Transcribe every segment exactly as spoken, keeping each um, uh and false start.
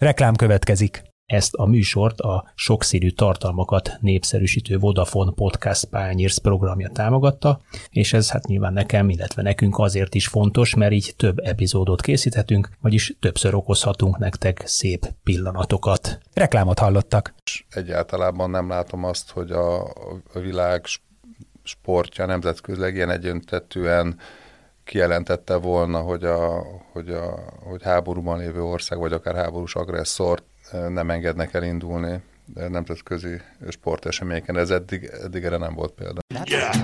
Reklám következik. Ezt a műsort a sokszínű tartalmakat népszerűsítő Vodafone Podcast Pioneers programja támogatta, és ez hát nyilván nekem, illetve nekünk azért is fontos, mert így több epizódot készíthetünk, vagyis többször okozhatunk nektek szép pillanatokat. Reklámot hallottak. Egyáltalában nem látom azt, hogy a, a világ sportja nemzetközileg ilyen egyöntetűen kijelentette volna, hogy, a, hogy, a, hogy háborúban lévő ország, vagy akár háborús agresszort nem engednek elindulni nemzetközi sporteseményeken. Ez eddig, eddig erre nem volt példa. Yeah.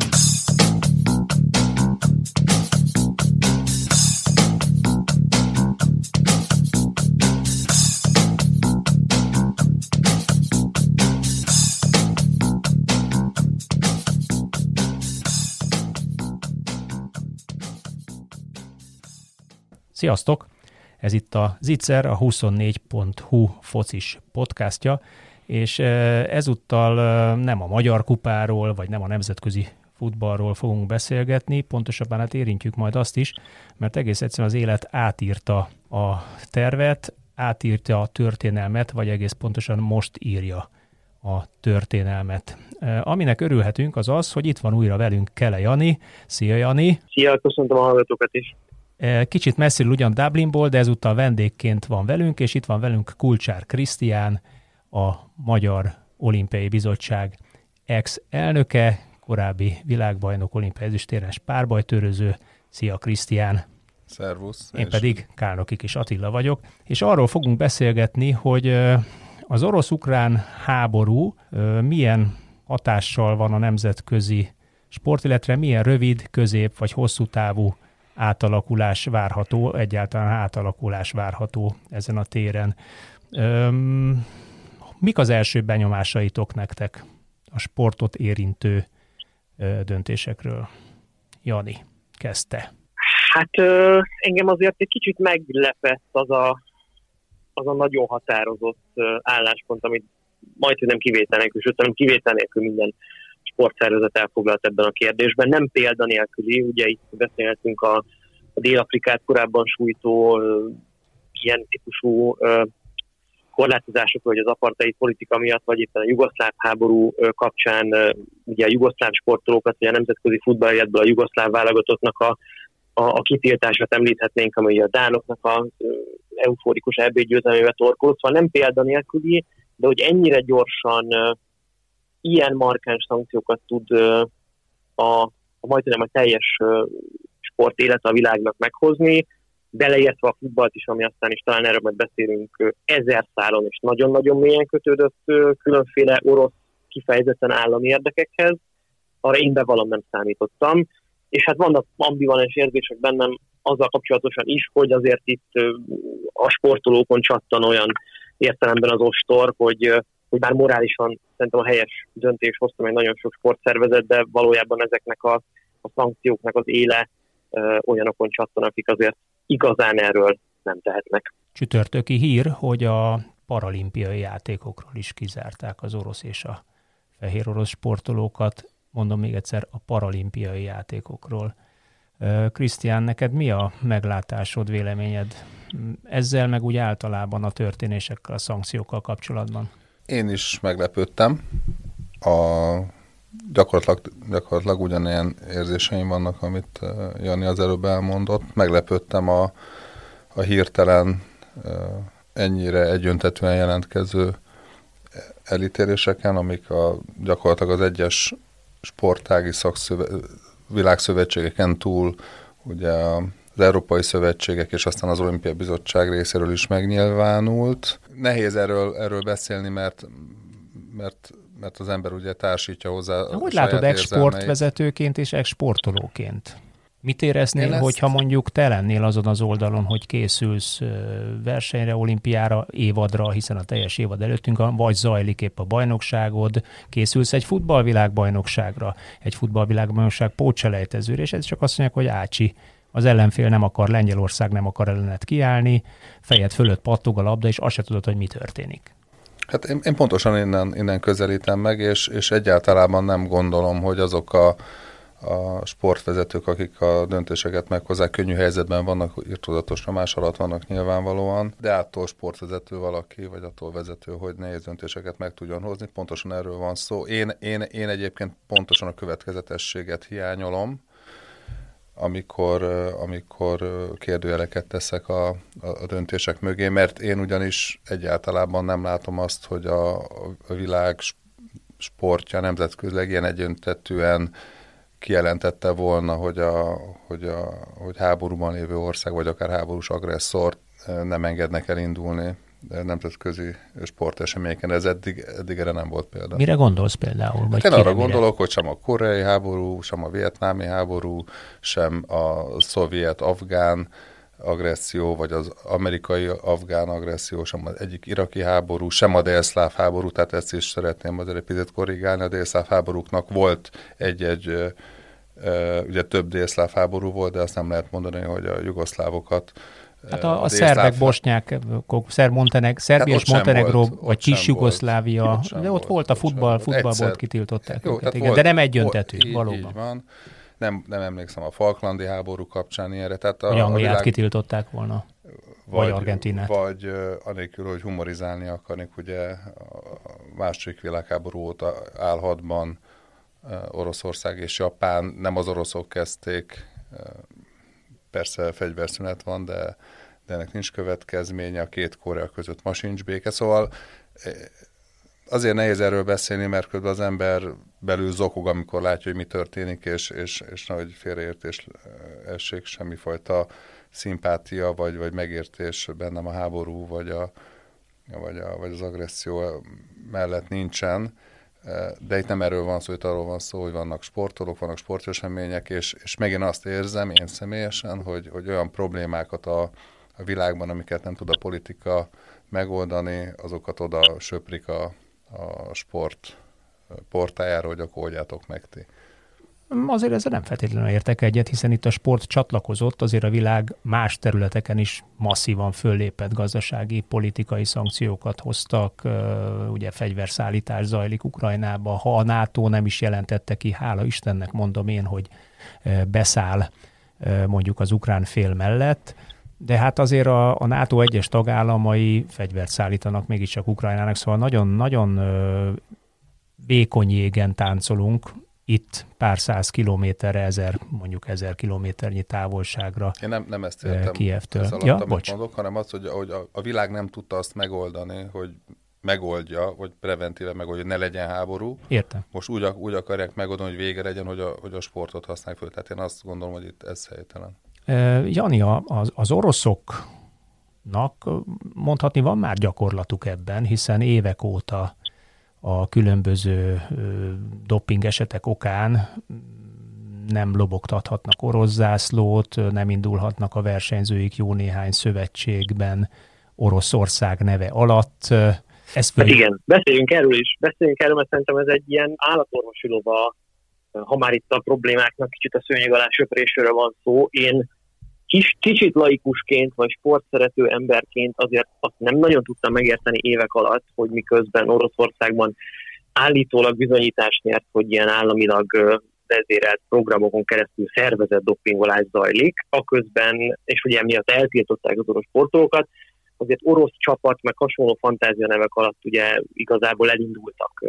Sziasztok! Ez itt a Zicser, a huszonnégy pont hu focis podcastja, és ezúttal nem a Magyar Kupáról, vagy nem a nemzetközi futballról fogunk beszélgetni, pontosabban hát érintjük majd azt is, mert egész egyszerűen az élet átírta a tervet, átírta a történelmet, vagy egész pontosan most írja a történelmet. Aminek örülhetünk az az, hogy itt van újra velünk Kele Jani. Szia Jani! Szia, köszöntöm a hallgatókat is! Kicsit messziről ugyan Dublinból, de ezúttal vendégként van velünk, és itt van velünk Kulcsár Krisztián, a Magyar Olimpiai Bizottság ex-elnöke, korábbi világbajnok, olimpiai ezüstérmes párbajtőröző. Szia Krisztián! Szervusz! Én pedig Kálnoki Kis Attila vagyok, és arról fogunk beszélgetni, hogy az orosz-ukrán háború milyen hatással van a nemzetközi sport, illetve milyen rövid, közép vagy hosszú távú átalakulás várható, egyáltalán átalakulás várható ezen a téren. Öm, mik az első benyomásaitok nektek a sportot érintő ö, döntésekről? Jani, kezdte. Hát ö, engem azért egy kicsit meglepett az a, az a nagyon határozott ö, álláspont, amit majdnem nem kivétel nélkül, sőt, nem kivétel nélkül minden sportszervezet elfoglalt ebben a kérdésben. Nem példa nélküli, ugye itt beszélhetünk a, a Dél-Afrikát korábban sújtó ilyen típusú ö, korlátozásokról, hogy az apartheid politika miatt, vagy éppen a jugoszláv háború ö, kapcsán ö, ugye a jugoszláv sportolókat, vagy a nemzetközi futballjátból a jugoszláv válogatottnak a, a, a kitiltását említhetnénk, ami a dánoknak az euforikus é bé győzelmével torkolt. Szóval nem példa nélküli, de hogy ennyire gyorsan ö, ilyen markáns szankciókat tud uh, a, a majdnem a teljes uh, sportélet a világnak meghozni, beleértve a futballt is, ami aztán is talán erről majd beszélünk, uh, ezer szálon és nagyon-nagyon mélyen kötődött uh, különféle orosz kifejezetten állami érdekekhez, arra én bevallom nem számítottam, és hát vannak ambivalens érzések bennem azzal kapcsolatosan is, hogy azért itt uh, a sportolókon csattan olyan értelemben az ostor, hogy uh, hogy bár morálisan szerintem a helyes döntés hozta meg nagyon sok sportszervezet, de valójában ezeknek a, a szankcióknak az éle ö, olyanokon csattan, akik azért igazán erről nem tehetnek. Csütörtöki hír, hogy a paralimpiai játékokról is kizárták az orosz és a fehér orosz sportolókat. Mondom még egyszer, a paralimpiai játékokról. Krisztián, neked mi a meglátásod, véleményed ezzel, meg úgy általában a történésekkel, a szankciókkal kapcsolatban? Én is meglepődtem. A, gyakorlatilag, gyakorlatilag ugyanilyen érzéseim vannak, amit Jani az előbb elmondott. Meglepődtem a, a hirtelen ennyire egyöntetűen jelentkező elítéléseken, amik a, gyakorlatilag az egyes sportági szakszöve, világszövetségeken túl ugye az Európai Szövetségek és aztán az Olimpiai Bizottság részéről is megnyilvánult. Nehéz erről, erről beszélni, mert, mert, mert az ember ugye társítja hozzá a Hogy látod ex-sportvezetőként és ex-sportolóként? Mit éreznél, ezt... hogyha mondjuk te lennél azon az oldalon, hogy készülsz versenyre, olimpiára, évadra, hiszen a teljes évad előttünk van, vagy zajlik épp a bajnokságod, készülsz egy futballvilágbajnokságra, egy futballvilágbajnokság pótselejtezőre, és ez csak azt mondják, hogy ácsi, az ellenfél nem akar, Lengyelország nem akar ellenet kiállni, fejed fölött pattog a labda, és azt se tudod, hogy mi történik. Hát én, én pontosan innen, innen közelítem meg, és, és egyáltalán nem gondolom, hogy azok a a sportvezetők, akik a döntéseket meghozzák, könnyű helyzetben vannak, irtózatos nyomás alatt vannak nyilvánvalóan, de attól sportvezető valaki, vagy attól vezető, hogy nehéz döntéseket meg tudjon hozni. Pontosan erről van szó. Én, én, én egyébként pontosan a következetességet hiányolom, amikor, amikor kérdőjeleket teszek a, a döntések mögé, mert én ugyanis egyáltalában nem látom azt, hogy a, a világ sportja nemzetközileg ilyen egyöntetűen kijelentette volna, hogy, a, hogy, a, hogy háborúban lévő ország, vagy akár háborús agresszort nem engednek elindulni nemzetközi sporteseményeken. Ez eddig, eddig erre nem volt példa. Mire gondolsz például? Vagy Én arra mire? gondolok, hogy sem a koreai háború, sem a vietnámi háború, sem a szovjet-afgán agresszió, vagy az amerikai-afgán agresszió, sem az egyik iraki háború, sem a délszláv háború, tehát ezt is szeretném azért egy picit korrigálni. A délszláv háborúknak volt egy-egy, ugye több délszláv háború volt, de azt nem lehet mondani, hogy a jugoszlávokat. Hát a, a, a szerbek, bosnyák, szerb Monteneg, Szerbia hát és Montenegró, vagy kis Jugoszlávia, ott de ott volt, volt a futball, futballból kitiltották jó, őket, igen, volt, de nem egyöntetű, volt, valóban. Így van. Nem, nem emlékszem a Falklandi háború kapcsán ilyenre. Tehát a, vagy Angliát világ... kitiltották volna, vagy, vagy Argentinát. Vagy uh, anélkül, hogy humorizálni akarnék, ugye a második világháború óta állhatban uh, Oroszország és Japán, nem az oroszok kezdték, uh, persze fegyverszünet van, de, de ennek nincs következménye, a két Korea között ma sincs béke, szóval azért nehéz erről beszélni, mert közben az ember belül zokog, amikor látja, hogy mi történik, és, és, és nehogy félreértés essék, semmifajta szimpátia, vagy, vagy megértés bennem a háború, vagy, a, vagy, a, vagy az agresszió mellett nincsen. De itt nem erről van szó, itt arról van szó, hogy vannak sportolók, vannak sportesemények, és, és megint azt érzem én személyesen, hogy, hogy olyan problémákat a, a világban, amiket nem tud a politika megoldani, azokat oda söprik a, a sport portájára, hogy akkor oldjátok meg ti. Azért ezzel nem feltétlenül értek egyet, hiszen itt a sport csatlakozott, azért a világ más területeken is masszívan föllépett, gazdasági, politikai szankciókat hoztak, ugye fegyverszállítás zajlik Ukrajnába, ha a NATO nem is jelentette ki, hála Istennek mondom én, hogy beszáll mondjuk az ukrán fél mellett, de hát azért a, a NATO egyes tagállamai fegyvert szállítanak mégiscsak Ukrajnának, szóval nagyon-nagyon vékony jégen táncolunk, itt pár száz kilométerre, ezer, mondjuk ezer kilométernyi távolságra Én nem, nem ezt értem Kijevtől. Ez alatt, ja, amit bocs. mondok, hanem az, hogy, hogy a, a világ nem tudta azt megoldani, hogy megoldja, vagy preventíve megoldja, hogy ne legyen háború. Értem. Most úgy, úgy akarják megoldani, hogy vége legyen, hogy a, hogy a sportot használják föl. Tehát én azt gondolom, hogy itt ez helytelen. Uh, Jani, az, az oroszoknak mondhatni van már gyakorlatuk ebben, hiszen évek óta a különböző doping esetek okán nem lobogtathatnak orosz zászlót, nem indulhatnak a versenyzőik jó néhány szövetségben Oroszország neve alatt. Ez hát igen, beszéljünk erről is. Beszéljünk erről, mert szerintem ez egy ilyen állatorvosi lova, ha már itt a problémáknak kicsit a szőnyeg alá söprésről van szó. Én Kis, kicsit laikusként, vagy sportszerető emberként azért azt nem nagyon tudtam megérteni évek alatt, hogy miközben Oroszországban állítólag bizonyítást nyert, hogy ilyen államilag vezérelt programokon keresztül szervezett dopingolás zajlik, aközben, és ugye emiatt eltiltották az orosz sportolókat, azért orosz csapat, meg hasonló fantázia nevek alatt ugye igazából elindultak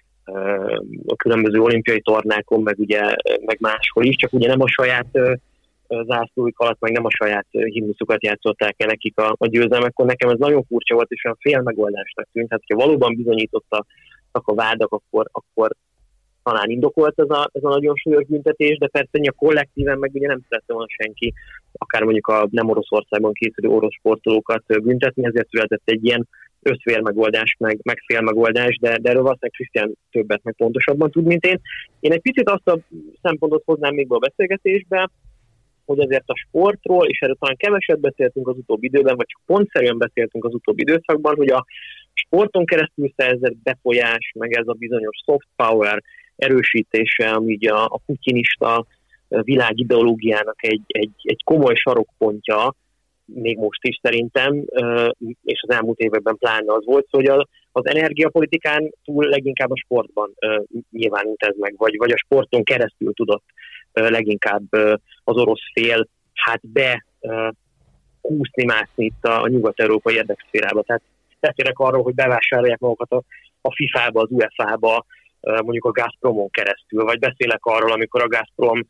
a különböző olimpiai tornákon, meg ugye meg máshol is, csak ugye nem a saját zászlóik alatt, meg nem a saját himnuszukat játszották el nekik a, a győzelmekkor. Nekem ez nagyon furcsa volt, és olyan fél megoldásnak tűnt. Hát, hogyha valóban bizonyítottak a vádak, akkor, akkor talán indokolt ez a, ez a nagyon súlyos büntetés, de persze a kollektíven meg ugye nem szerette volna senki, akár mondjuk a nem Oroszországban készülő orosz sportolókat büntetni, ezért született egy ilyen összfél megoldás, meg, meg fél megoldás, de, de erről valószínűleg Krisztián többet, meg pontosabban tud, mint én. Én egy picit azt a szempontot hoznám még be a beszélgetésbe, hogy azért a sportról, és erről talán keveset beszéltünk az utóbbi időben, vagy csak pontszerűen beszéltünk az utóbbi időszakban, hogy a sporton keresztül szerzett befolyás, meg ez a bizonyos soft power erősítése, ami ugye a, a putyinista világideológiának egy, egy, egy komoly sarokpontja, még most is szerintem, és az elmúlt években pláne az volt, hogy az, az energiapolitikán túl leginkább a sportban nyilvánult ez meg, vagy, vagy a sporton keresztül tudott leginkább az orosz fél hát be kúszni, mászni itt a, a nyugat-európai érdekszférába. Tehát beszélek arról, hogy bevásárolják magukat a, a fifába, az u ef á-ba, mondjuk a Gazpromon keresztül, vagy beszélek arról, amikor a Gazprom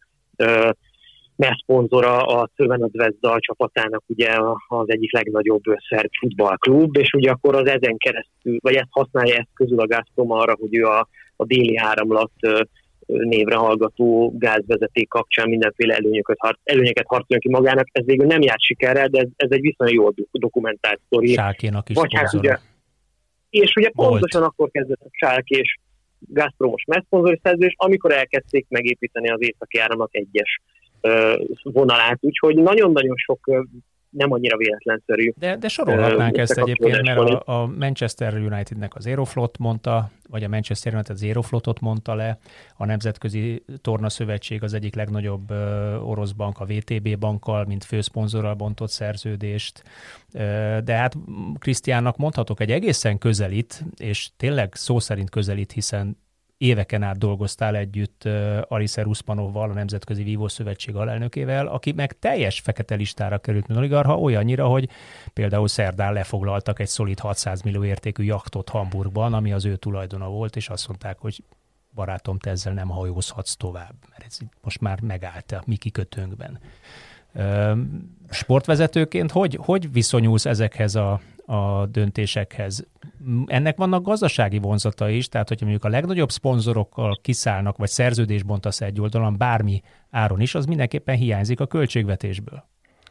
megszponzora a Crvena Zvezda csapatának ugye az egyik legnagyobb szerb futballklub, és ugye akkor az ezen keresztül, vagy ezt használja ezt közül a Gazprom arra, hogy ő a, a déli áramlat névre hallgató gázvezeték kapcsán mindenféle előnyöket, harc, előnyöket harcoljon ki magának. Ez végül nem járt sikerrel, de ez, ez egy viszonylag jól dokumentált sztori. Schalkénak is vagy hát ugye, és ugye volt. Pontosan akkor kezdett a Schalke és Gazpromos megszponzori szerződés, amikor elkezdték megépíteni az északi áramlat egyes vonalát, úgyhogy nagyon-nagyon sok nem annyira véletlenszerű. De, de sorolhatnánk ezt egyébként, mert a, a Manchester Unitednek az Aeroflot mondta, vagy a Manchester United az Aeroflotot mondta le, a Nemzetközi Tornaszövetség az egyik legnagyobb uh, orosz bank, a vé té bé bankkal, mint főszponzorral bontott szerződést. Uh, de hát Krisztiánnak mondhatok egy egészen közelít, és tényleg szó szerint közelít, hiszen éveken át dolgoztál együtt uh, Aliser Usmanovval, a Nemzetközi Vívószövetség alelnökével, aki meg teljes fekete listára került, mint oligarcha, olyannyira, hogy például szerdán lefoglaltak egy szolid hatszáz millió értékű jachtot Hamburgban, ami az ő tulajdona volt, és azt mondták, hogy barátom, te ezzel nem hajózhatsz tovább, mert ez most már megállt a mi kikötőnkben. Uh, sportvezetőként hogy, hogy viszonyulsz ezekhez a a döntésekhez? Ennek vannak gazdasági vonzata is, tehát hogyha mondjuk a legnagyobb szponzorokkal kiszállnak, vagy szerződést bontasz egy oldalon, bármi áron is, az mindenképpen hiányzik a költségvetésből.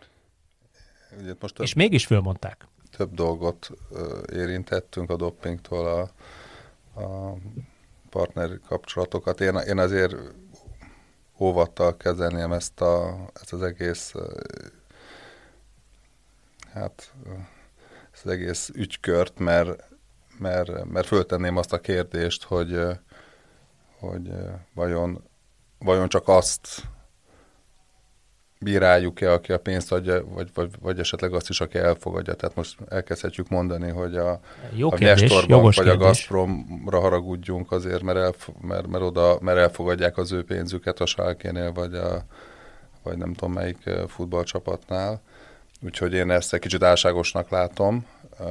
Ugye most És mégis fölmondták. Több dolgot érintettünk a dopingtól a, a partneri kapcsolatokat. Én, én azért óvattal kezelném ezt, a, ezt az egész hát az egész ügykört, mert, mert, mert föltenném azt a kérdést, hogy, hogy vajon, vajon csak azt bíráljuk-e, aki a pénzt adja, vagy, vagy, vagy esetleg azt is, aki elfogadja. Tehát most elkezdhetjük mondani, hogy a, a Nestor Bank vagy a Gazpromra haragudjunk azért, mert, elf, mert, mert, oda, mert elfogadják az ő pénzüket a Schalkénél, vagy, a, vagy nem tudom melyik futballcsapatnál. Úgyhogy én ezt egy kicsit álságosnak látom.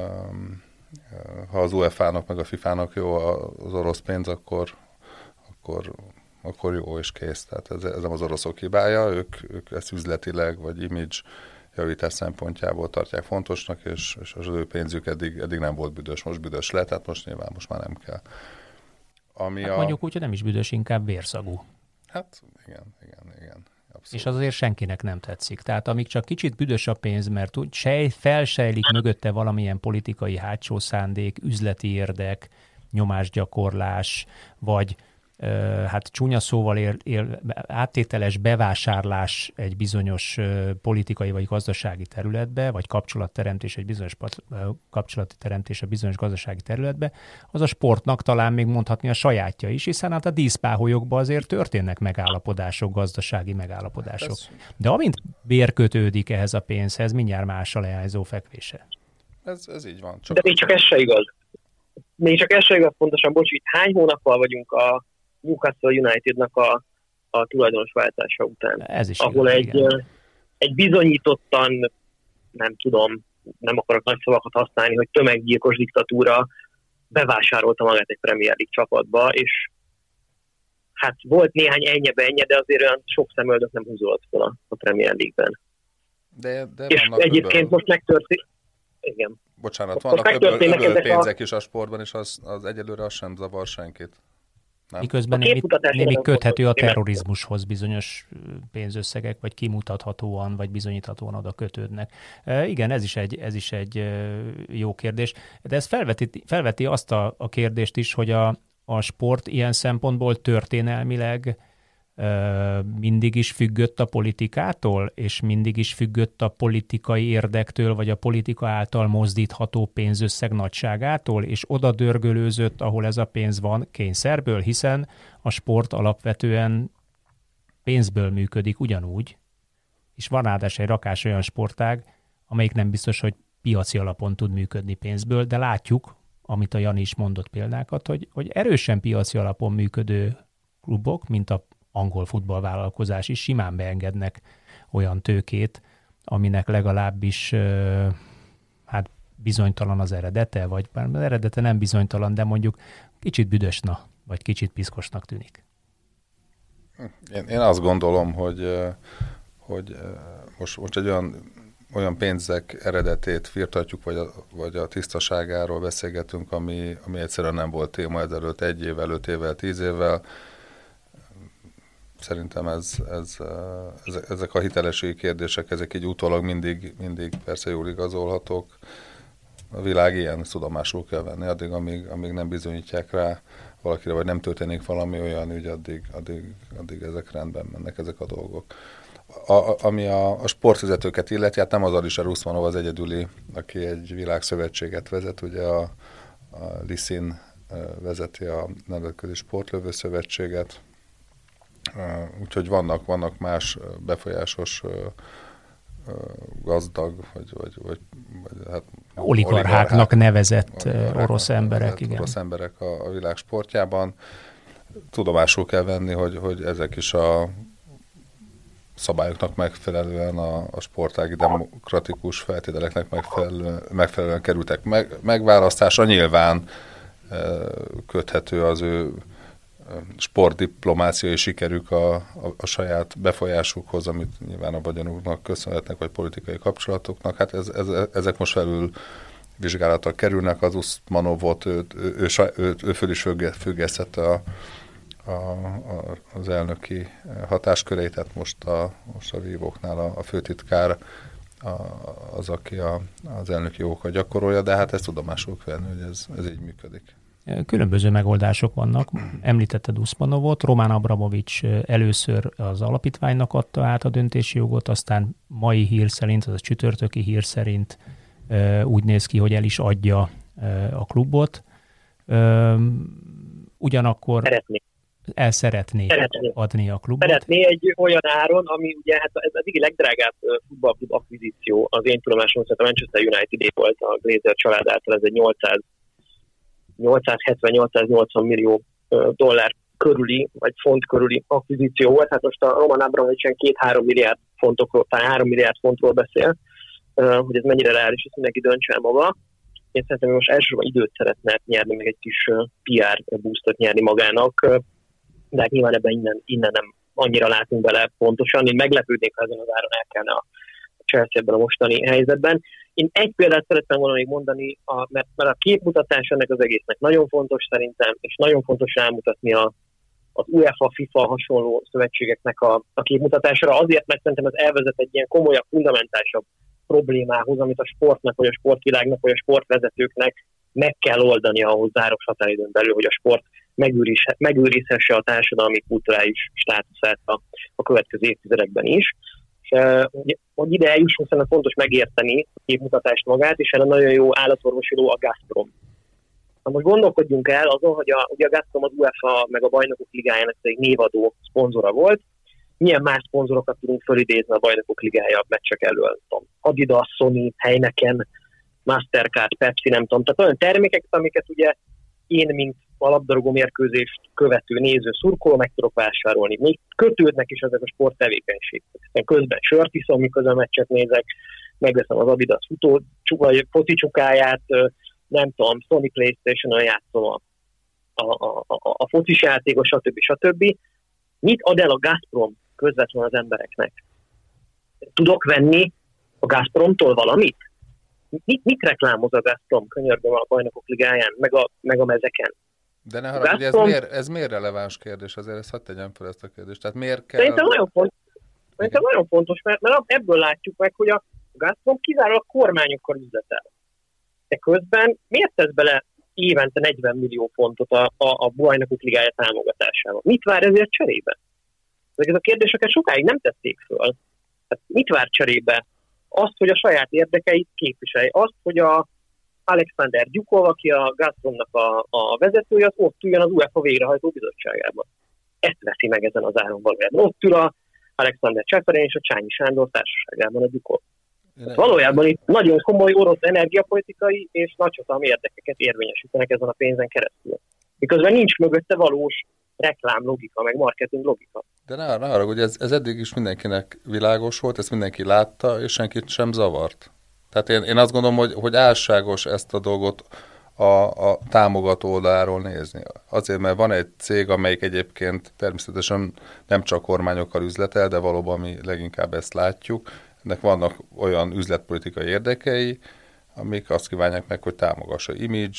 Ha az u ef á-nak meg a fifának jó az orosz pénz, akkor, akkor, akkor jó és kész. Tehát ez, ez nem az oroszok hibája, ők, ők ezt üzletileg vagy image javítás szempontjából tartják fontosnak, és, és az ő pénzük eddig, eddig nem volt büdös, most büdös lett, tehát most nyilván most már nem kell. Ami hát a... mondjuk úgy, hogy nem is büdös, inkább vérszagú. Hát igen, igen, igen. Abszolút. És az azért senkinek nem tetszik. Tehát amíg csak kicsit büdös a pénz, mert úgy sej, felsejlik mögötte valamilyen politikai hátsó szándék, üzleti érdek, nyomásgyakorlás, vagy ö, hát csúnya szóval él, él, áttételes bevásárlás egy bizonyos ö, politikai vagy gazdasági területbe, vagy kapcsolatteremtés egy bizonyos kapcsolati teremtés a bizonyos gazdasági területbe, az a sportnak talán még mondhatni a sajátja is, hiszen hát a díszpáholyokban azért történnek megállapodások, gazdasági megállapodások. De amint bér kötődik ehhez a pénzhez, mindjárt más a leányzó fekvése. Ez, ez így van. Csak de még csak ez se igaz. Még csak ez se igaz pontosan, bocs, itt hány hónappal vagyunk a Newcastle Unitednak a, a tulajdonosváltása után. Ez is ahol igaz, egy, igen. egy bizonyítottan, nem tudom, nem akarok nagy szavakat használni, hogy tömeggyilkos diktatúra bevásárolta magát egy Premier League csapatba, és hát volt néhány ennye-bennye, de azért olyan sok szemöldök nem húzolt fel a, a Premier League-ben. De, de és egyébként öböl... most megtörtént. Igen. Bocsánat, vannak öböl, öböl pénzek a... is a sportban, és az, az egyelőre az sem zavar senkit. Nem? Miközben némi, némi köthető a terrorizmushoz bizonyos pénzösszegek, vagy kimutathatóan, vagy bizonyíthatóan oda kötődnek. E, igen, ez is egy, ez is egy jó kérdés. De ez felveti, felveti azt a, a kérdést is, hogy a, a sport ilyen szempontból történelmileg mindig is függött a politikától, és mindig is függött a politikai érdektől, vagy a politika által mozdítható pénzösszeg nagyságától, és oda dörgölőzött, ahol ez a pénz van, kényszerből, hiszen a sport alapvetően pénzből működik ugyanúgy, és van ráadásul egy rakás olyan sportág, amelyik nem biztos, hogy piaci alapon tud működni pénzből, de látjuk, amit a Jani is mondott példákat, hogy, hogy erősen piaci alapon működő klubok, mint a angol futballvállalkozás is simán beengednek olyan tőkét, aminek legalábbis hát bizonytalan az eredete, vagy bár az eredete nem bizonytalan, de mondjuk kicsit büdösna, vagy kicsit piszkosnak tűnik. Én, én azt gondolom, hogy, hogy most, most egy olyan, olyan pénzek eredetét firtatjuk, vagy a, vagy a tisztaságáról beszélgetünk, ami, ami egyszerűen nem volt téma ezelőtt egy évvel, öt évvel, tíz évvel. Szerintem ez, ez, ez, ezek a hitelességi kérdések, ezek így utólag mindig, mindig persze jól igazolhatók. A világ ilyen, tudomásul kell venni, addig, amíg, amíg nem bizonyítják rá valakire, vagy nem történik valami olyan ügy, addig, addig, addig ezek rendben mennek, ezek a dolgok. A, a, ami a, a sportvezetőket illeti, hát nem az Alisher Usmanov az egyedüli, aki egy világszövetséget vezet, ugye a, a Liszin vezeti a Nemzetközi Sportlövő Szövetséget, úgyhogy vannak, vannak más befolyásos gazdag, vagy, vagy, vagy, vagy hát oligarcháknak nevezett orosz emberek, nevezett igen. Orosz emberek a, a világ sportjában. Tudomásul kell venni, hogy, hogy ezek is a szabályoknak megfelelően, a, a sportági demokratikus feltételeknek megfelelően, megfelelően kerültek meg, megválasztásra. Nyilván e, köthető az ő sportdiplomáciai sikerük a, a, a saját befolyásukhoz, amit nyilván a vagyonuknak köszönhetnek, vagy politikai kapcsolatoknak. Hát ez, ez, ezek most felül vizsgálatra kerülnek. Az Usmanovot, ő, ő, ő, ő, ő föl is függesztette a, a, a, az elnöki hatáskörét, tehát most a, most a vívóknál a, a főtitkár a, az, aki a, az elnöki jogokat gyakorolja, de hát ezt tudomásul kell venni, hogy ez, ez így működik. Különböző megoldások vannak. Említetted Usmanovot, Roman Abramovics először az alapítványnak adta át a döntési jogot, aztán mai hír szerint, az a csütörtöki hír szerint úgy néz ki, hogy el is adja a klubot. Ugyanakkor Szeretné. el szeretné, szeretné adni a klubot. Szeretné egy olyan áron, ami ugye hát ez az egyik legdrágább futballklub akvizíció. Az én tudomásom szerint a Manchester United-é volt a Glazer család által, ez egy nyolcszázhetven-nyolcszáznyolcvan millió dollár körüli, vagy font körüli akvizíció volt. Hát most a Roman Abramovicsen két-három milliárd fontokról, tehát három milliárd fontról beszél, hogy ez mennyire reális, ezt mindenki döntse el maga. Én szerintem most elsősorban időt szeretne nyerni, meg egy kis pé er boostot nyerni magának, de hát nyilván ebben innen, innen nem annyira látunk bele pontosan. Én meglepődnék, ha ezen az áron elkelne a Chelsea ebben a mostani helyzetben. Én egy példát szerettem volna még mondani, a, mert, mert a képmutatás ennek az egésznek nagyon fontos szerintem, és nagyon fontos rámutatni a, az UEFA, FIFA hasonló szövetségeknek a, a képmutatásra, azért, mert szerintem ez elvezet egy ilyen komolyabb, fundamentálisabb problémához, amit a sportnak, vagy a sportvilágnak, vagy a sportvezetőknek meg kell oldani ahhoz záros határidőn belül, hogy a sport megőrizhesse a társadalmi kulturális státuszát a, a következő évtizedekben is. Hogy, hogy ide eljussunk, szerintem fontos megérteni a képmutatást magát, és erre nagyon jó állatorvosiló a Gazprom. Na most gondolkodjunk el azon, hogy a, ugye a Gazprom az UEFA meg a Bajnokok Ligájának egy névadó szponzora volt. Milyen más szponzorokat tudunk fölidézni a Bajnokok Ligája meccsek elől? Adidas, Sony, Heineken, Mastercard, Pepsi, nem tudom. Tehát olyan termékek, amiket ugye én, mint a labdarúgó mérkőzést követő néző szurkoló meg tudok vásárolni. Még kötődnek is ezek a sporttevékenységek. Közben sört iszom, miközben meccset nézek, megveszem az Adidas futó, vagy foci csukáját, nem tudom, Sony PlayStation-on játszom a, a, a, a, a focis játékos, stb. stb. Mit ad el a Gazprom közvetlenül az embereknek? Tudok venni a Gazpromtól valamit? Mit, mit reklámoz a Gazprom, könyörgöm, a Bajnokok Ligáján, meg a, meg a mezeken? De ne haragudj, ez, miért, ez miért releváns kérdés? Azért ezt hadd tegyem fel ezt a kérdést. Tehát miért kell... Szerintem nagyon fontos, szerintem nagyon fontos mert, mert ebből látjuk meg, hogy a Gazprom kizárólag kormányokkal üzletel. De közben miért tesz bele évente negyven millió fontot a, a, a Bajnokok Ligája támogatásába? Mit vár ezért cserébe? Ezeket a kérdéseket sokáig nem tették föl. Tehát mit vár cserébe? Azt, hogy a saját érdekeit képviselje. Azt, hogy a Alexander Gyukov, aki a Gazpromnak a, a vezetője, az ott üljön az UEFA végrehajtó bizottságában. Ezt veszi meg ezen az áron valójában. Ott ül a Alexander Cseferén és a Csányi Sándor társaságában a Gyukov. Valójában itt nagyon komoly orosz energiapolitikai és nagyhatalmi érdekeket érvényesítenek ezen a pénzen keresztül. Miközben nincs mögötte valós reklám logika, meg marketing logika. De ne, ne arra, hogy ez, ez eddig is mindenkinek világos volt, ezt mindenki látta, és senkit sem zavart. Tehát én, én azt gondolom, hogy, hogy álságos ezt a dolgot a, a támogató oldaláról nézni. Azért, mert van egy cég, amelyik egyébként természetesen nem csak kormányokkal üzletel, de valóban mi leginkább ezt látjuk. Ennek vannak olyan üzletpolitikai érdekei, amik azt kívánják meg, hogy támogassa image,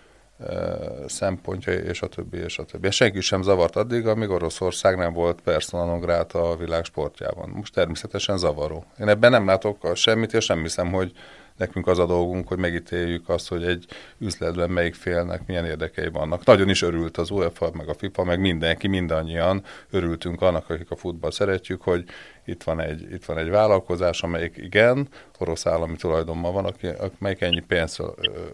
szempontjai, és a többi, és a többi. Senki sem zavart addig, amíg Oroszország nem volt persona non grata a világ sportjában. Most természetesen zavaró. Én ebben nem látok semmit, és nem hiszem, hogy nekünk az a dolgunk, hogy megítéljük azt, hogy egy üzletben melyik félnek milyen érdekei vannak. Nagyon is örült az UEFA, meg a FIFA, meg mindenki, mindannyian örültünk annak, akik a futball szeretjük, hogy itt van egy, itt van egy vállalkozás, amelyik igen, orosz állami tulajdonban van, amelyik ennyi pénzt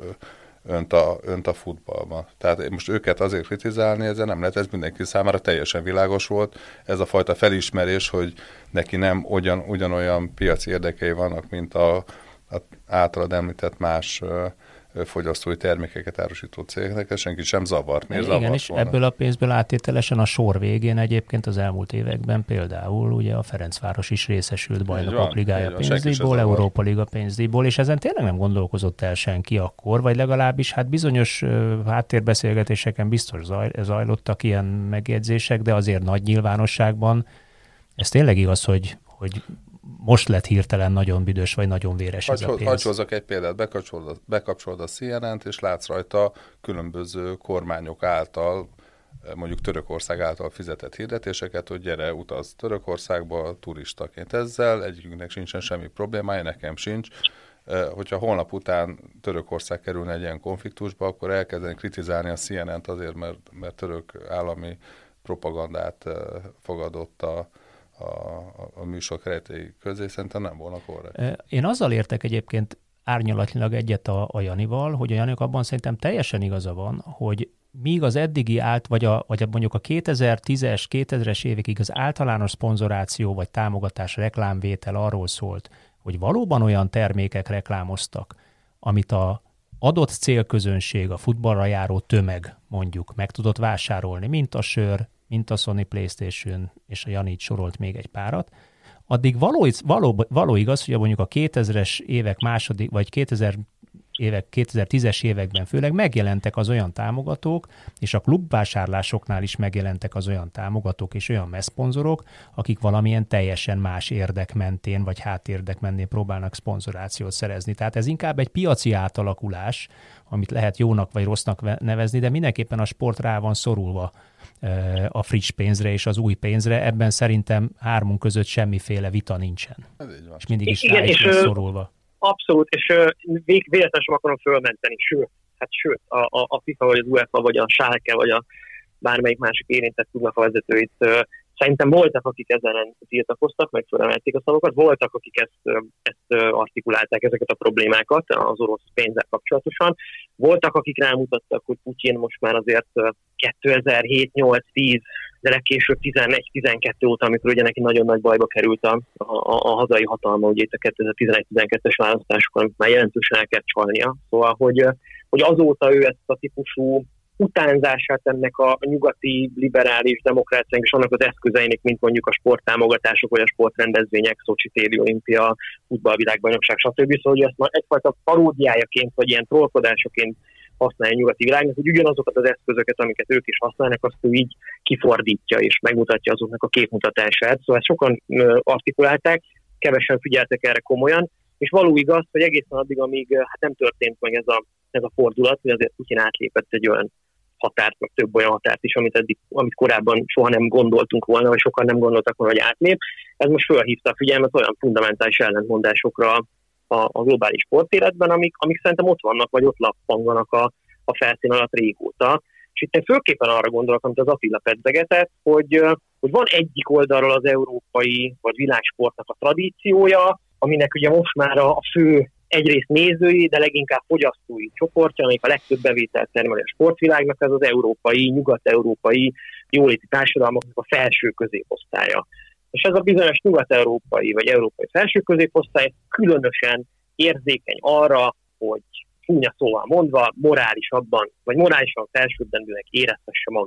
önt a, önt a futballban. Tehát most őket azért kritizálni, ezzel nem lehet, ez mindenki számára teljesen világos volt. Ez a fajta felismerés, hogy neki nem ugyan, ugyanolyan piaci érdekei vannak, mint a, a általad említett más fogyasztói termékeket árusító cégnek, ez senki sem zavart. Miért Igen, zavart és volna? ebből a pénzből áttételesen a sor végén egyébként az elmúlt években például ugye a Ferencváros is részesült Bajnokok Ligája pénzdíjból, Európa Liga pénzdíjból, és ezen tényleg nem gondolkozott el senki akkor, vagy legalábbis hát bizonyos uh, háttérbeszélgetéseken biztos zaj, zajlottak ilyen megjegyzések, de azért nagy nyilvánosságban ez tényleg igaz, hogy, hogy most lett hirtelen nagyon büdös, vagy nagyon véres ez a pénz. Hagy hozzak egy példát, bekapcsolod, bekapcsolod a cé en en-t, és látsz rajta különböző kormányok által, mondjuk Törökország által fizetett hirdetéseket, hogy gyere, utaz Törökországba turistaként. Ezzel egyikünknek sincsen semmi problémája, nekem sincs. Hogyha holnap után Törökország kerülne egy ilyen konfliktusba, akkor elkezdeni kritizálni a cé en en-t azért, mert, mert török állami propagandát fogadott a A, a műsor keretei közé, szerintem nem volna korrekt. Én azzal értek egyébként árnyalatlanul egyet a, a Janival, hogy a Janinak abban szerintem teljesen igaza van, hogy míg az eddigi állt, vagy, a, vagy a mondjuk a kétezer-tízes, kétezres évekig az általános szponzoráció vagy támogatás, reklámvétel arról szólt, hogy valóban olyan termékek reklámoztak, amit a adott célközönség, a futballra járó tömeg mondjuk meg tudott vásárolni, mint a sör, mint a Sony PlayStation, és a Jani sorolt még egy párat, addig való, való, való igaz, hogy mondjuk a kétezres évek második, vagy kétezer évek, kétezer-tízes években főleg megjelentek az olyan támogatók, és a klubvásárlásoknál is megjelentek az olyan támogatók és olyan messzponzorok, akik valamilyen teljesen más érdek mentén, vagy hátérdek mentén próbálnak szponzorációt szerezni. Tehát ez inkább egy piaci átalakulás, amit lehet jónak vagy rossznak nevezni, de mindenképpen a sport rá van szorulva a friss pénzre és az új pénzre. Ebben szerintem hármunk között semmiféle vita nincsen. És mindig is rá is lesz szorulva. Abszolút, és uh, véletlenül sem akarom fölmenteni, sőt, hát sőt, a, a, a FIFA, vagy az UEFA, vagy a Schalke, vagy a bármelyik másik érintett klubnak a vezetőit, uh, szerintem voltak, akik ezen tiltakoztak, meg fölemelték a szavakat, voltak, akik ezt, uh, ezt uh, artikulálták, ezeket a problémákat az orosz pénzzel kapcsolatosan, voltak, akik rámutattak, hogy Putyin most már azért uh, kétezer-hét, nyolc, tíz, de legkésőbb tizenegy, tizenkettő óta, amikor ugye neki nagyon nagy bajba került a, a, a hazai hatalma, ugye itt a kétezer-tizenegy-tizenkettes választásokon már jelentősen el kell csalnia. Szóval, hogy, hogy azóta ő ezt a típusú utánzását ennek a nyugati liberális demokráciának és annak az eszközeinek, mint mondjuk a sporttámogatások, vagy a sportrendezvények, Szocsi téli olimpia, futballvilágbajnokság, stb. Szóval, hogy ezt már egyfajta paródiájaként, vagy ilyen trollkodásoként használja a nyugati világnak, hogy ugyanazokat az eszközöket, amiket ők is használnak, azt ő így kifordítja és megmutatja azoknak a képmutatását. Szóval sokan artikulálták, kevesen figyeltek erre komolyan, és való igaz, hogy egészen addig, amíg hát nem történt meg ez a, ez a fordulat, hogy azért Putyin átlépett egy olyan határt, meg több olyan határt is, amit, eddig, amit korábban soha nem gondoltunk volna, vagy sokan nem gondoltak volna, hogy átlép. Ez most felhívta a figyelmet olyan fundamentális ellentmondásokra a, a globális sportéletben, amik, amik szerintem ott vannak, vagy ott lappanganak a, a felszín alatt régóta. És itt én főképpen arra gondolok, amit az Attila pedzegetett, hogy, hogy van egyik oldalról az európai vagy világsportnak a tradíciója, aminek ugye most már a fő egyrészt nézői, de leginkább fogyasztói csoportja, amelyik a legtöbb bevételt termeli a sportvilágnak, ez az európai, nyugat-európai jóléti társadalmaknak a felső középosztálya. És ez a bizonyos nyugat-európai vagy európai felső középosztály különösen érzékeny arra, hogy csúnya szóval mondva, morálisabban, vagy morálisan felsőbbrendűnek éreztesse magát.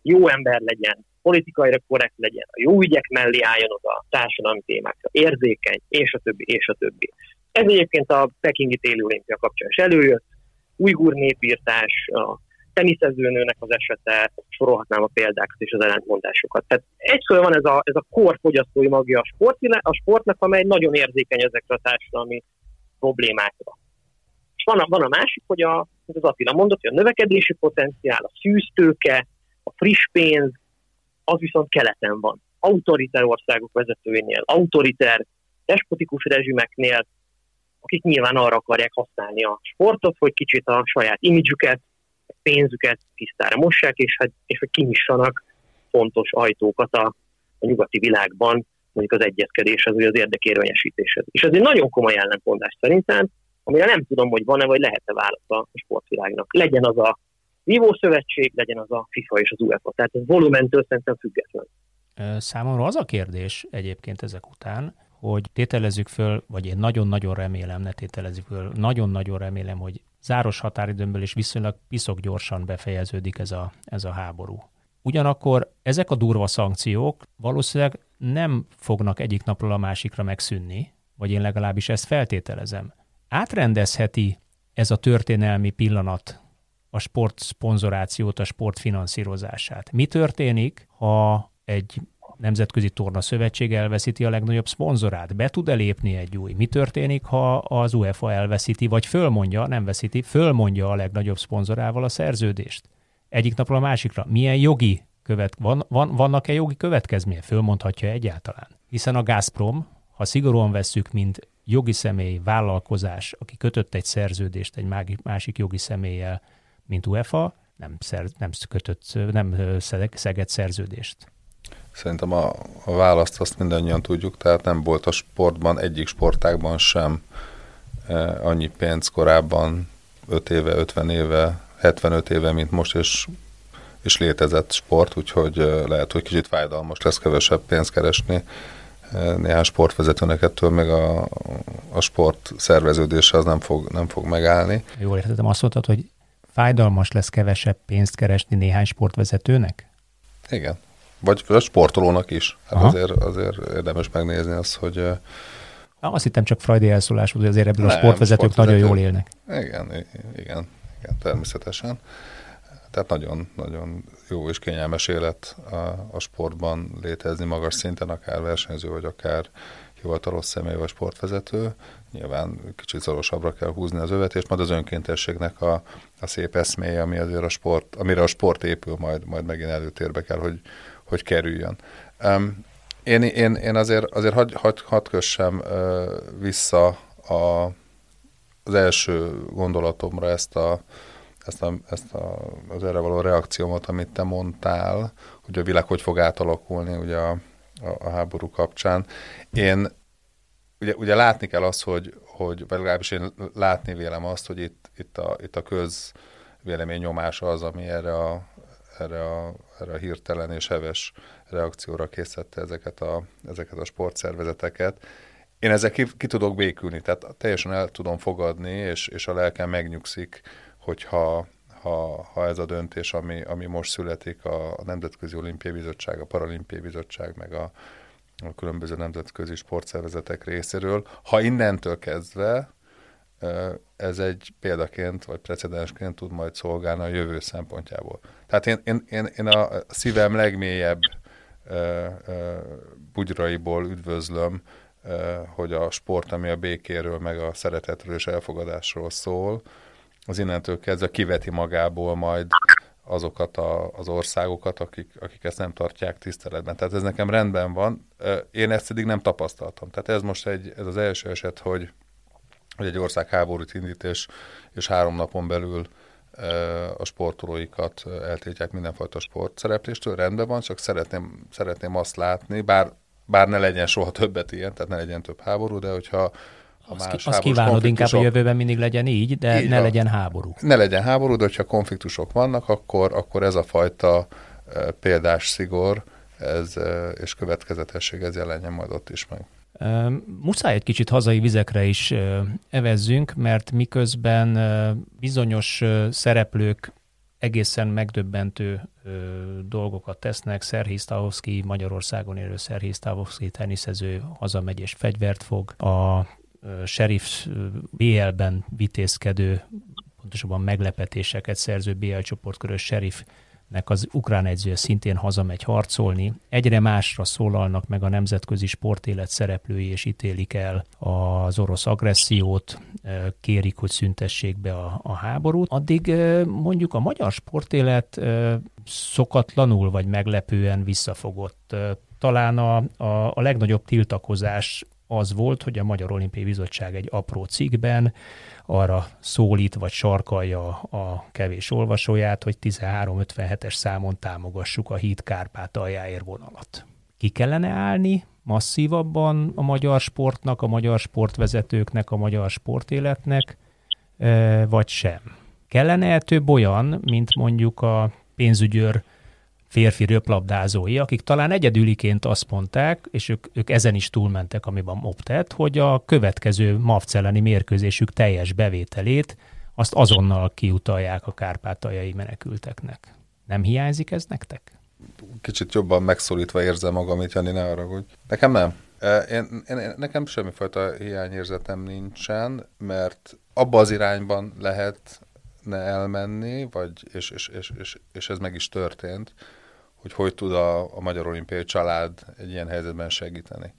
jó ember legyen, politikaira korrekt legyen, a jó ügyek mellé álljon oda a társadalmi témákra, érzékeny, és a többi, és a többi. Ez egyébként a pekingi téli olimpia kapcsán is előjött, ujgur népírtás, a teniszezőnőnek az esete, sorolhatnám a példákat és az ellentmondásokat. Tehát egyszerűen van ez a, ez a kor fogyasztói magja a, sport, a sportnak, amely nagyon érzékeny ezekre a társadalmi problémákra. És van a, van a másik, hogy a, az Attila mondott, hogy a növekedési potenciál, a szűztőke, a friss pénz, az viszont keleten van. Autoriter országok vezetőinél, autoriter, despotikus rezsimeknél, akik nyilván arra akarják használni a sportot, hogy kicsit a saját imidzsüket, pénzüket tisztára mossák, és, és hogy kinyissanak fontos ajtókat a, a nyugati világban, mondjuk az egyezkedéshez, vagy az érdekérvényesítéshez. És ez egy nagyon komoly ellentmondás szerintem, amire nem tudom, hogy van-e, vagy lehet-e válasz a sportvilágnak. Legyen az a vívószövetség, legyen az a FIFA és az UEFA. Tehát ez volumentől szerintem független. Számomra az a kérdés egyébként ezek után, hogy tételezzük föl, vagy én nagyon-nagyon remélem, ne tételezzük föl, nagyon-nagyon remélem, hogy záros határidőmből és viszonylag piszok gyorsan befejeződik ez a, ez a háború. Ugyanakkor ezek a durva szankciók valószínűleg nem fognak egyik napról a másikra megszűnni, vagy én legalábbis ezt feltételezem. Átrendezheti ez a történelmi pillanat a sport szponzorációt, a sport finanszírozását. Mi történik, ha egy nemzetközi torna szövetség elveszíti a legnagyobb szponzorát? Be tud-e lépni egy új? Mi történik, ha az UEFA elveszíti, vagy fölmondja, nem veszíti, fölmondja a legnagyobb szponzorával a szerződést? Egyik napról a másikra. Milyen jogi követ, van, van, vannak-e jogi következménye? Fölmondhatja egyáltalán? Hiszen a Gazprom, ha szigorúan vesszük, mint jogi személy, vállalkozás, aki kötött egy szerződést egy másik jogi személlyel, mint UEFA, nem, szer, nem kötött, nem szegett szerződést. Szerintem a, a választ azt mindannyian tudjuk, tehát nem volt a sportban, egyik sportágban sem eh, annyi pénz korábban, öt éve, ötven éve, hetvenöt éve, mint most, és, és létezett sport, úgyhogy eh, lehet, hogy kicsit fájdalmas lesz kevesebb pénzt keresni. Eh, néhány sportvezetőnek ettől meg a, a sport szerveződése az nem fog, nem fog megállni. Jól értettem, azt mondtad, hogy fájdalmas lesz kevesebb pénzt keresni néhány sportvezetőnek? Igen. Vagy a sportolónak is. Hát azért, azért érdemes megnézni azt, hogy... Ah, azt hittem csak freudi elszólás, hogy azért ebből nem, a sportvezetők sportvezető, nagyon jól élnek. Igen, igen, igen, természetesen. Tehát nagyon, nagyon jó és kényelmes élet a, a sportban létezni magas szinten, akár versenyző, vagy akár hivatalos személy vagy sportvezető. Nyilván kicsit szorosabbra kell húzni az övet, és majd az önkéntességnek a, a szép eszméje, ami azért a sport, amire a sport épül, majd, majd megint előtérbe kell, hogy hogy kerüljön. Um, én, én, én azért, azért hadd had, had kössem uh, vissza a, az első gondolatomra ezt, a, ezt, a, ezt a, az erre való reakciómat, amit te mondtál, hogy a világ hogy fog átalakulni ugye a, a, a háború kapcsán. Én ugye, ugye látni kell azt, hogy, hogy vagy legalábbis én látni vélem azt, hogy itt, itt, a, itt a közvélemény nyomása az, ami erre a Erre a, erre a hirtelen és heves reakcióra készítette ezeket a, ezeket a sportszervezeteket. Én ezzel ki, ki tudok békülni, tehát teljesen el tudom fogadni, és, és a lelkem megnyugszik, hogyha ha, ha ez a döntés, ami, ami most születik a, a Nemzetközi Olimpiai Bizottság, a Paralimpiai Bizottság, meg a, a különböző nemzetközi sportszervezetek részéről, ha innentől kezdve ez egy példaként, vagy precedensként tud majd szolgálni a jövő szempontjából. Tehát én, én, én, én a szívem legmélyebb uh, uh, bugyraiból üdvözlöm, uh, hogy a sport, ami a békéről, meg a szeretetről és elfogadásról szól, az innentől kezdve kiveti magából majd azokat a, az országokat, akik, akik ezt nem tartják tiszteletben. Tehát ez nekem rendben van. Uh, én ezt eddig nem tapasztaltam. Tehát ez most egy, ez az első eset, hogy hogy egy ország háborút indít, és, és három napon belül e, a sportolóikat eltiltják mindenfajta sportszerepléstől. Rendben van, csak szeretném, szeretném azt látni, bár, bár ne legyen soha többet ilyen, tehát ne legyen több háború, de hogyha ha más ki, azt kívánod inkább, a jövőben mindig legyen így, de így ne van. legyen háború. Ne legyen háború, de hogyha konfliktusok vannak, akkor, akkor ez a fajta e, példás szigor ez, e, és következetesség ez jelenjen majd ott is meg. Muszáj egy kicsit hazai vizekre is evezzünk, mert miközben bizonyos szereplők egészen megdöbbentő ö, dolgokat tesznek. Szerhij Stavovszkij, Magyarországon élő Szerhij Stavovszkij teniszező hazamegy és fegyvert fog. A ö, Sheriff bé el-ben vitézkedő, pontosabban meglepetéseket szerző bé el csoportkörös Sheriffnek az ukrán edzője szintén hazamegy harcolni. Egyre másra szólalnak meg a nemzetközi sportélet szereplői, és ítélik el az orosz agressziót, kérik, hogy szüntessék be a, a háborút. Addig mondjuk a magyar sportélet szokatlanul vagy meglepően visszafogott. Talán a, a, a legnagyobb tiltakozás az volt, hogy a Magyar Olimpiai Bizottság egy apró cikkben arra szólít vagy sarkalja a kevés olvasóját, hogy tizenhárom ötvenhetes számon támogassuk a híd Kárpátaljáért vonalat. Ki kellene állni masszívabban a magyar sportnak, a magyar sportvezetőknek, a magyar sportéletnek, vagy sem? Kellene több olyan, mint mondjuk a pénzügyőr férfi röplabdázói, akik talán egyedüliként azt mondták, és ők, ők ezen is túlmentek, amiben MOP tett, hogy a következő MAVC elleni mérkőzésük teljes bevételét azt azonnal kiutalják a kárpátaljai menekülteknek. Nem hiányzik ez nektek? Kicsit jobban megszólítva érzem magam, itt Jani, ne haragudj. Nekem nem. Én, én, nekem semmifajta hiányérzetem nincsen, mert abba az irányban lehetne elmenni, vagy, és, és, és, és, és ez meg is történt, hogy hogy tud a, a Magyar Olimpiai Család egy ilyen helyzetben segíteni.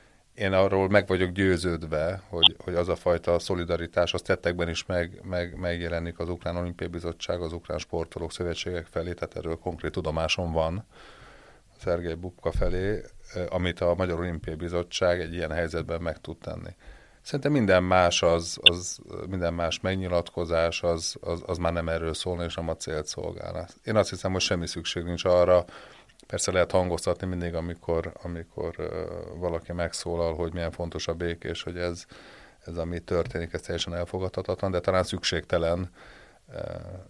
Én arról meg vagyok győződve, hogy, hogy az a fajta szolidaritás az tettekben is meg, meg, megjelenik az Ukrán Olimpiai Bizottság, az Ukrán Sportolók Szövetségek felé, tehát erről konkrét tudomásom van Szergej Bubka felé, amit a Magyar Olimpiai Bizottság egy ilyen helyzetben meg tud tenni. Szerintem minden más, az, az, minden más megnyilatkozás az, az, az már nem erről szólna, és nem a célt szolgálna. Én azt hiszem, hogy semmi szükség nincs arra, persze lehet hangoztatni mindig, amikor, amikor uh, valaki megszólal, hogy milyen fontos a békés, hogy ez, ez ami történik, ez teljesen elfogadhatatlan, de talán szükségtelen uh,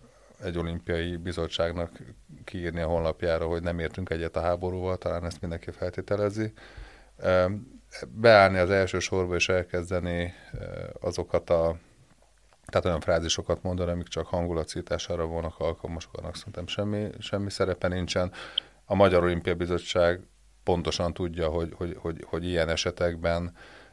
egy olimpiai bizottságnak kiírni a honlapjára, hogy nem értünk egyet a háborúval, talán ezt mindenki feltételezi. Uh, beállni az első sorba és elkezdeni azokat a, tehát olyan frázisokat mondani, amik csak hangulatszítására vannak alkalmaskodnak, szerintem semmi, semmi szerepe nincsen. A Magyar Olimpiai Bizottság pontosan tudja, hogy, hogy, hogy, hogy ilyen esetekben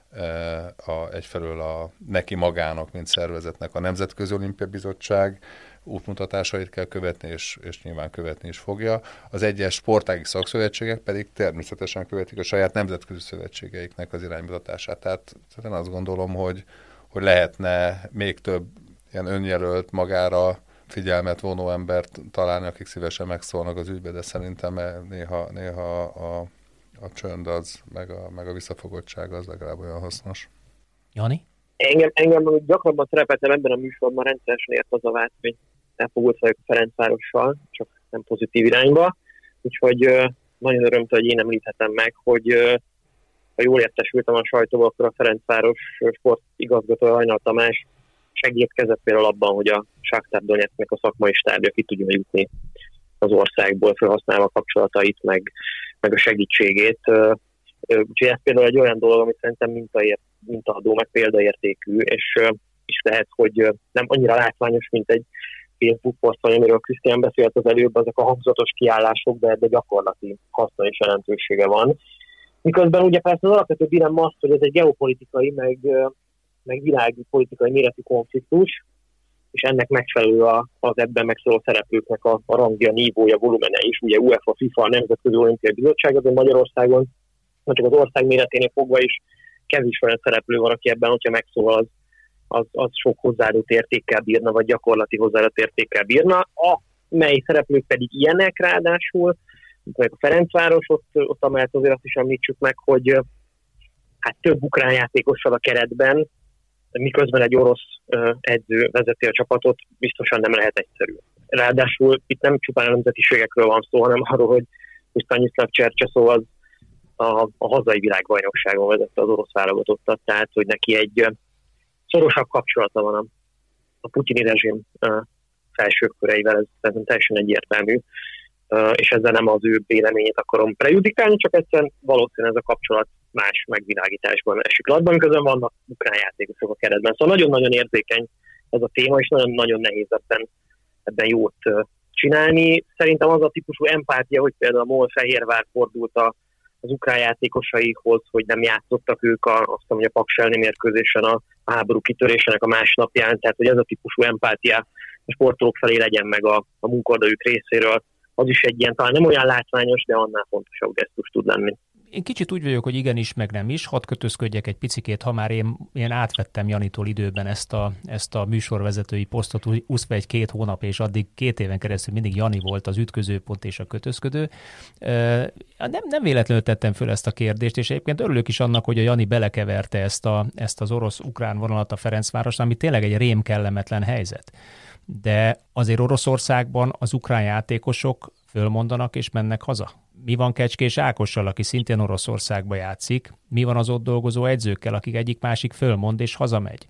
a, egyfelől a neki magának, mint szervezetnek a Nemzetközi Olimpiai Bizottság útmutatásait kell követni, és, és nyilván követni is fogja. Az egyes sportági szakszövetségek pedig természetesen követik a saját nemzetközi szövetségeiknek az iránymutatását. Tehát én azt gondolom, hogy, hogy lehetne még több ilyen önjelölt, magára figyelmet vonó embert találni, akik szívesen megszólnak az ügybe, de szerintem néha, néha a, a csönd az, meg a, meg a visszafogottság az legalább olyan hasznos. Jani? Engem, engem gyakrabban szerepeltem ebben a műsorban, rendszeresen ért az a vád, hogy elfogult vagyok Ferencvárossal, csak nem pozitív irányba. Úgyhogy nagyon örömtől, hogy én említhetem meg, hogy ha jól értesültem a sajtóban, akkor a Ferencváros sportigazgatója Hajnal Tamás segítkezett például abban, hogy a Shakhtar Donetsknek a szakmai stábja ki tudja jutni az országból, felhasználva a kapcsolatait, meg, meg a segítségét. Úgyhogy ez például egy olyan dolog, amit szerintem mintaért, mintaadó, meg példaértékű, és, és lehet, hogy nem annyira látványos, mint egy Facebook poszt, amiről Krisztián beszélt az előbb, azok a hangzatos kiállások, de ebben gyakorlati haszna és jelentősége van. Miközben ugye persze az alapvető dilemma az, hogy ez egy geopolitikai, meg, meg világi politikai méretű konfliktus, és ennek megfelelő az ebben megszóló szereplőknek a, a rangja, nívója, volumene is. Ugye UEFA, FIFA, a Nemzetközi Olimpiai Bizottság, azért Magyarországon, nem csak az ország méreténél fogva is kevés olyan szereplő van, aki ebben, hogyha megszólal, az, az, az sok hozzáadott értékkel bírna, vagy gyakorlati hozzáadott értékkel bírna. A mely szereplők pedig ilyenek ráadásul, mint a Ferencváros, ott, ott amellett azért azt is említsük meg, hogy hát több ukrán játékossal a keretben, miközben egy orosz uh, edző vezeti a csapatot, biztosan nem lehet egyszerű. Ráadásul itt nem csupán a nemzetiségekről van szó, hanem arról, hogy Stanislav Csercseszov az a, a hazai világbajnokságon vezette az orosz válogatottat, tehát hogy neki egy uh, szorosabb kapcsolata van a, a putyini rezsim uh, felsőkköreivel, ez szerintem teljesen egyértelmű, uh, és ezzel nem az ő véleményét akarom prejudikálni, csak egyszerűen valószínűleg ez a kapcsolat más megvilágításban esik latban, miközben vannak ukrán játékosok a keretben. Szóval nagyon-nagyon érzékeny ez a téma, és nagyon-nagyon nehéz ebben, ebben jót csinálni. Szerintem az a típusú empátia, hogy például a MOL Fehérvár fordult a, az ukrán játékosaihoz, hogy nem játszottak ők a, azt mondja, a Paks elleni mérkőzésen a, a háború kitörésének a másnapján, tehát hogy ez a típusú empátia a sportolók felé legyen meg a, a munkahelyük részéről, az is egy ilyen, talán nem olyan látványos, de annál fontosabb gesztus tud lenni. Én kicsit úgy vagyok, hogy igenis, meg nem is. Hadd kötözködjek egy picikét, ha már én, én átvettem Janitól időben ezt a, ezt a műsorvezetői posztot, úszva egy két hónap, és addig két éven keresztül mindig Jani volt az ütközőpont és a kötözködő. Nem, nem véletlenül tettem föl ezt a kérdést, és egyébként örülök is annak, hogy a Jani belekeverte ezt, a, ezt az orosz-ukrán vonalat a Ferencvároson, ami tényleg egy rém kellemetlen helyzet. De azért Oroszországban az ukrán játékosok fölmondanak és mennek haza. Mi van Kecskés Ákossal, aki szintén Oroszországba játszik? Mi van az ott dolgozó edzőkkel, akik egyik-másik fölmond és hazamegy?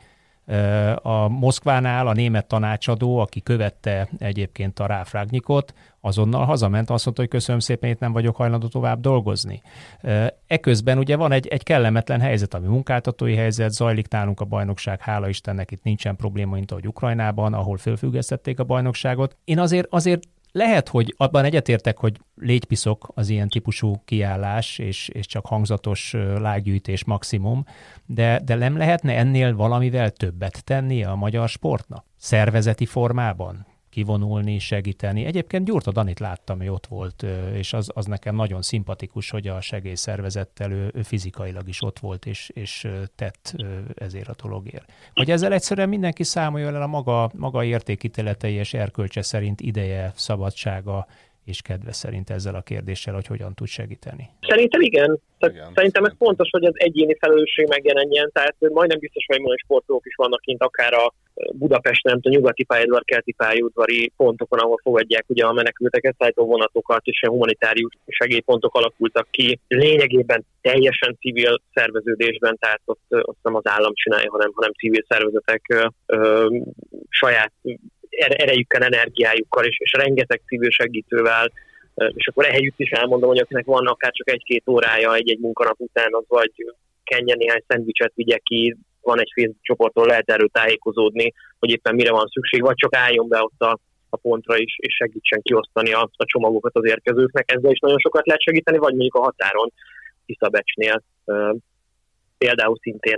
A Moszkvánál a német tanácsadó, aki követte egyébként a Ráf Rangnickot, azonnal hazament, azt mondta, hogy köszönöm szépen, itt nem vagyok hajlandó tovább dolgozni. Eközben ugye van egy, egy kellemetlen helyzet, ami munkáltatói helyzet, zajlik nálunk a bajnokság, hála Istennek itt nincsen probléma, mint ahogy Ukrajnában, ahol fölfüggesztették a bajnokságot. Én azért, azért lehet, hogy abban egyetértek, hogy légypiszok az ilyen típusú kiállás, és, és csak hangzatos lágygyűjtés maximum, de, de nem lehetne ennél valamivel többet tenni a magyar sportnak? Szervezeti formában? Kivonulni, segíteni. Egyébként Gyurta Danit láttam, hogy ott volt, és az, az nekem nagyon szimpatikus, hogy a segélyszervezettel ő, ő fizikailag is ott volt, és, és tett ezért a dologért. Vagy ezzel egyszerűen mindenki számolja el a maga, maga értékítéletei és erkölcse szerint ideje, szabadsága és kedve szerint ezzel a kérdéssel, hogy hogyan tud segíteni. Szerintem igen. igen. Szerintem ez fontos, hogy az egyéni felelősség megjelenjen, tehát majdnem biztos, hogy olyan sportolók is vannak kint, akár a Budapesten, a nyugati pályaudvar, keleti pályaudvari pontokon, ahol fogadják ugye a menekülteket, szállító vonatokat, és ilyen humanitárius segélypontok alakultak ki. Lényegében teljesen civil szerveződésben, tehát ott, ott nem az állam csinálja, hanem, hanem civil szervezetek ö, ö, saját erejükkel, energiájukkal, és, és rengeteg civil segítővel, és akkor ehelyütt is elmondom, hogy akinek van akár csak egy-két órája egy-egy munkanap után, az vagy kenjen néhány szendvicset vigye ki, van egy Facebook csoporton, lehet erről tájékozódni, hogy éppen mire van szükség, vagy csak álljon be ott a, a pontra is, és segítsen kiosztani a, a csomagokat az érkezőknek. Ezzel is nagyon sokat lehet segíteni, vagy mondjuk a határon, Tiszabecsnél. Például szintén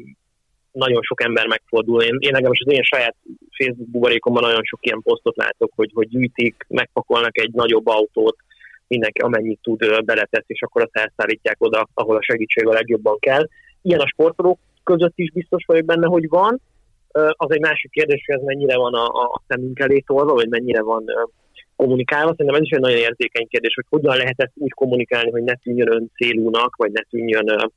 nagyon sok ember megfordul. Én, én legalábbis az én saját Facebook buborékomban nagyon sok ilyen posztot látok, hogy, hogy gyűjtik, megpakolnak egy nagyobb autót, mindenki amennyit tud beletesz, és akkor azt elszállítják oda, ahol a segítség a legjobban kell. Ilyen a sportolók között is biztos vagyok benne, hogy van. Az egy másik kérdés, hogy ez mennyire van a, a szemünk elé tolva, vagy mennyire van kommunikálva. Szerintem ez is egy nagyon érzékeny kérdés, hogy hogyan lehet ezt úgy kommunikálni, hogy ne tűnjön ön célúnak, vagy ne tűnjön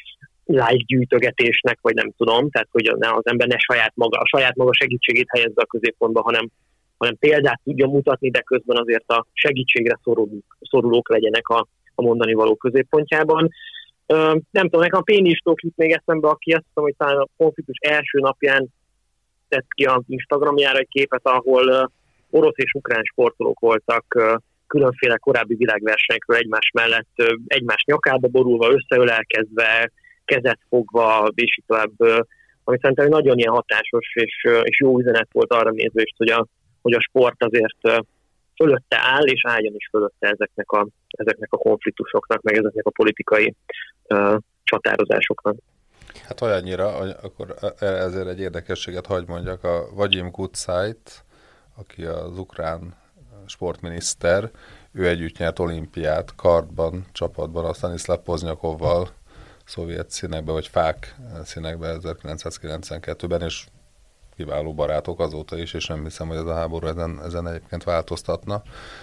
live gyűjtögetésnek, vagy nem tudom, tehát hogy az ember ne saját maga, a saját maga segítségét helyezze a középpontba, hanem, hanem példát tudja mutatni, de közben azért a segítségre szorulók, szorulók legyenek a, a mondani való középpontjában. Ö, nem tudom, nekem a Péni Istók jut még eszembe, aki azt hiszem, hogy talán a konfliktus első napján tett ki az Instagramjára egy képet, ahol uh, orosz és ukrán sportolók voltak uh, különféle korábbi világversenyekről egymás mellett, uh, egymás nyakába borulva, összeölelkezve, kezet fogva, és így tovább, uh, ami szerintem nagyon ilyen hatásos és, uh, és jó üzenet volt arra nézvést, hogy a, hogy a sport azért uh, fölötte áll, és álljon is fölötte ezeknek a, ezeknek a konfliktusoknak, meg ezeknek a politikai uh, csatározásoknak. Hát olyannyira, hogy akkor ezért egy érdekességet hagy mondjak, a Vagyim Kucájt, aki az ukrán sportminiszter, ő együtt nyert olimpiát kardban, csapatban, a Stanislav Poznyakovval, szovjet színekben, vagy fák színekben ezerkilencszázkilencvenkettőben, és kiváló barátok azóta is, és nem hiszem, hogy ez a háború ezen, ezen egyébként változtatna.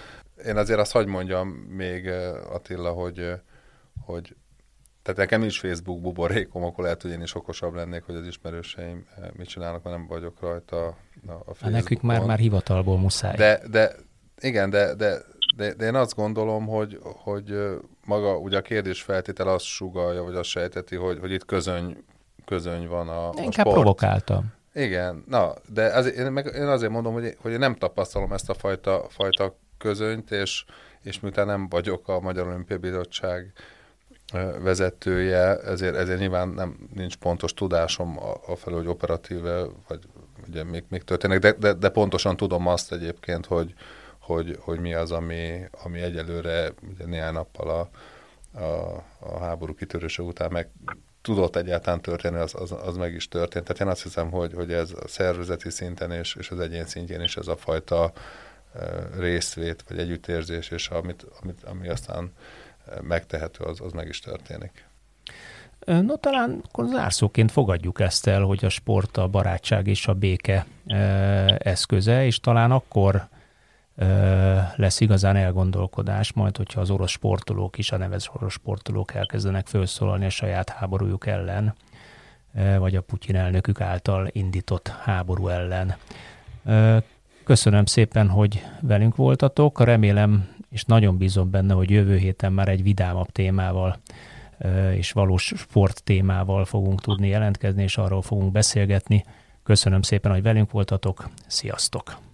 Én azért azt hagy mondjam még, Attila, hogy, hogy tehát nekem is Facebook buborékom, akkor lehet, hogy én is okosabb lennék, hogy az ismerőseim mit csinálnak, mert nem vagyok rajta a, a Facebookon. Nekük már, már hivatalból muszáj. De, de igen, de, de, de, de én azt gondolom, hogy, hogy maga ugye a kérdésfeltétel azt sugallja, vagy azt sejteti, hogy, hogy itt közöny, közöny van a, a inkább sport. provokáltam. Igen, na, de azért, én, meg, én azért mondom, hogy, hogy én nem tapasztalom ezt a fajta, fajta közönyt, és, és miután nem vagyok a Magyar Olimpiai Bizottság vezetője, ezért, ezért nyilván nem, nincs pontos tudásom afelől, hogy operatíve, vagy ugye még, még történnek, de, de, de pontosan tudom azt egyébként, hogy, hogy, hogy mi az, ami, ami egyelőre ugye néhány nappal a, a, a háború kitörése után meg tudott egyáltalán történni, az, az, az meg is történt. Tehát én azt hiszem, hogy, hogy ez a szervezeti szinten és, és az egyén szintjén is ez a fajta részvét, vagy együttérzés, és amit, amit, ami aztán megtehető, az, az meg is történik. No, talán akkor zárszóként fogadjuk ezt el, hogy a sport a barátság és a béke eszköze, és talán akkor lesz igazán elgondolkodás, majd hogyha az orosz sportolók is, a neves orosz sportolók elkezdenek felszólalni a saját háborújuk ellen, vagy a Putyin elnökük által indított háború ellen. Köszönöm szépen, hogy velünk voltatok. Remélem, és nagyon bízom benne, hogy jövő héten már egy vidámabb témával és valós sport témával fogunk tudni jelentkezni, és arról fogunk beszélgetni. Köszönöm szépen, hogy velünk voltatok. Sziasztok!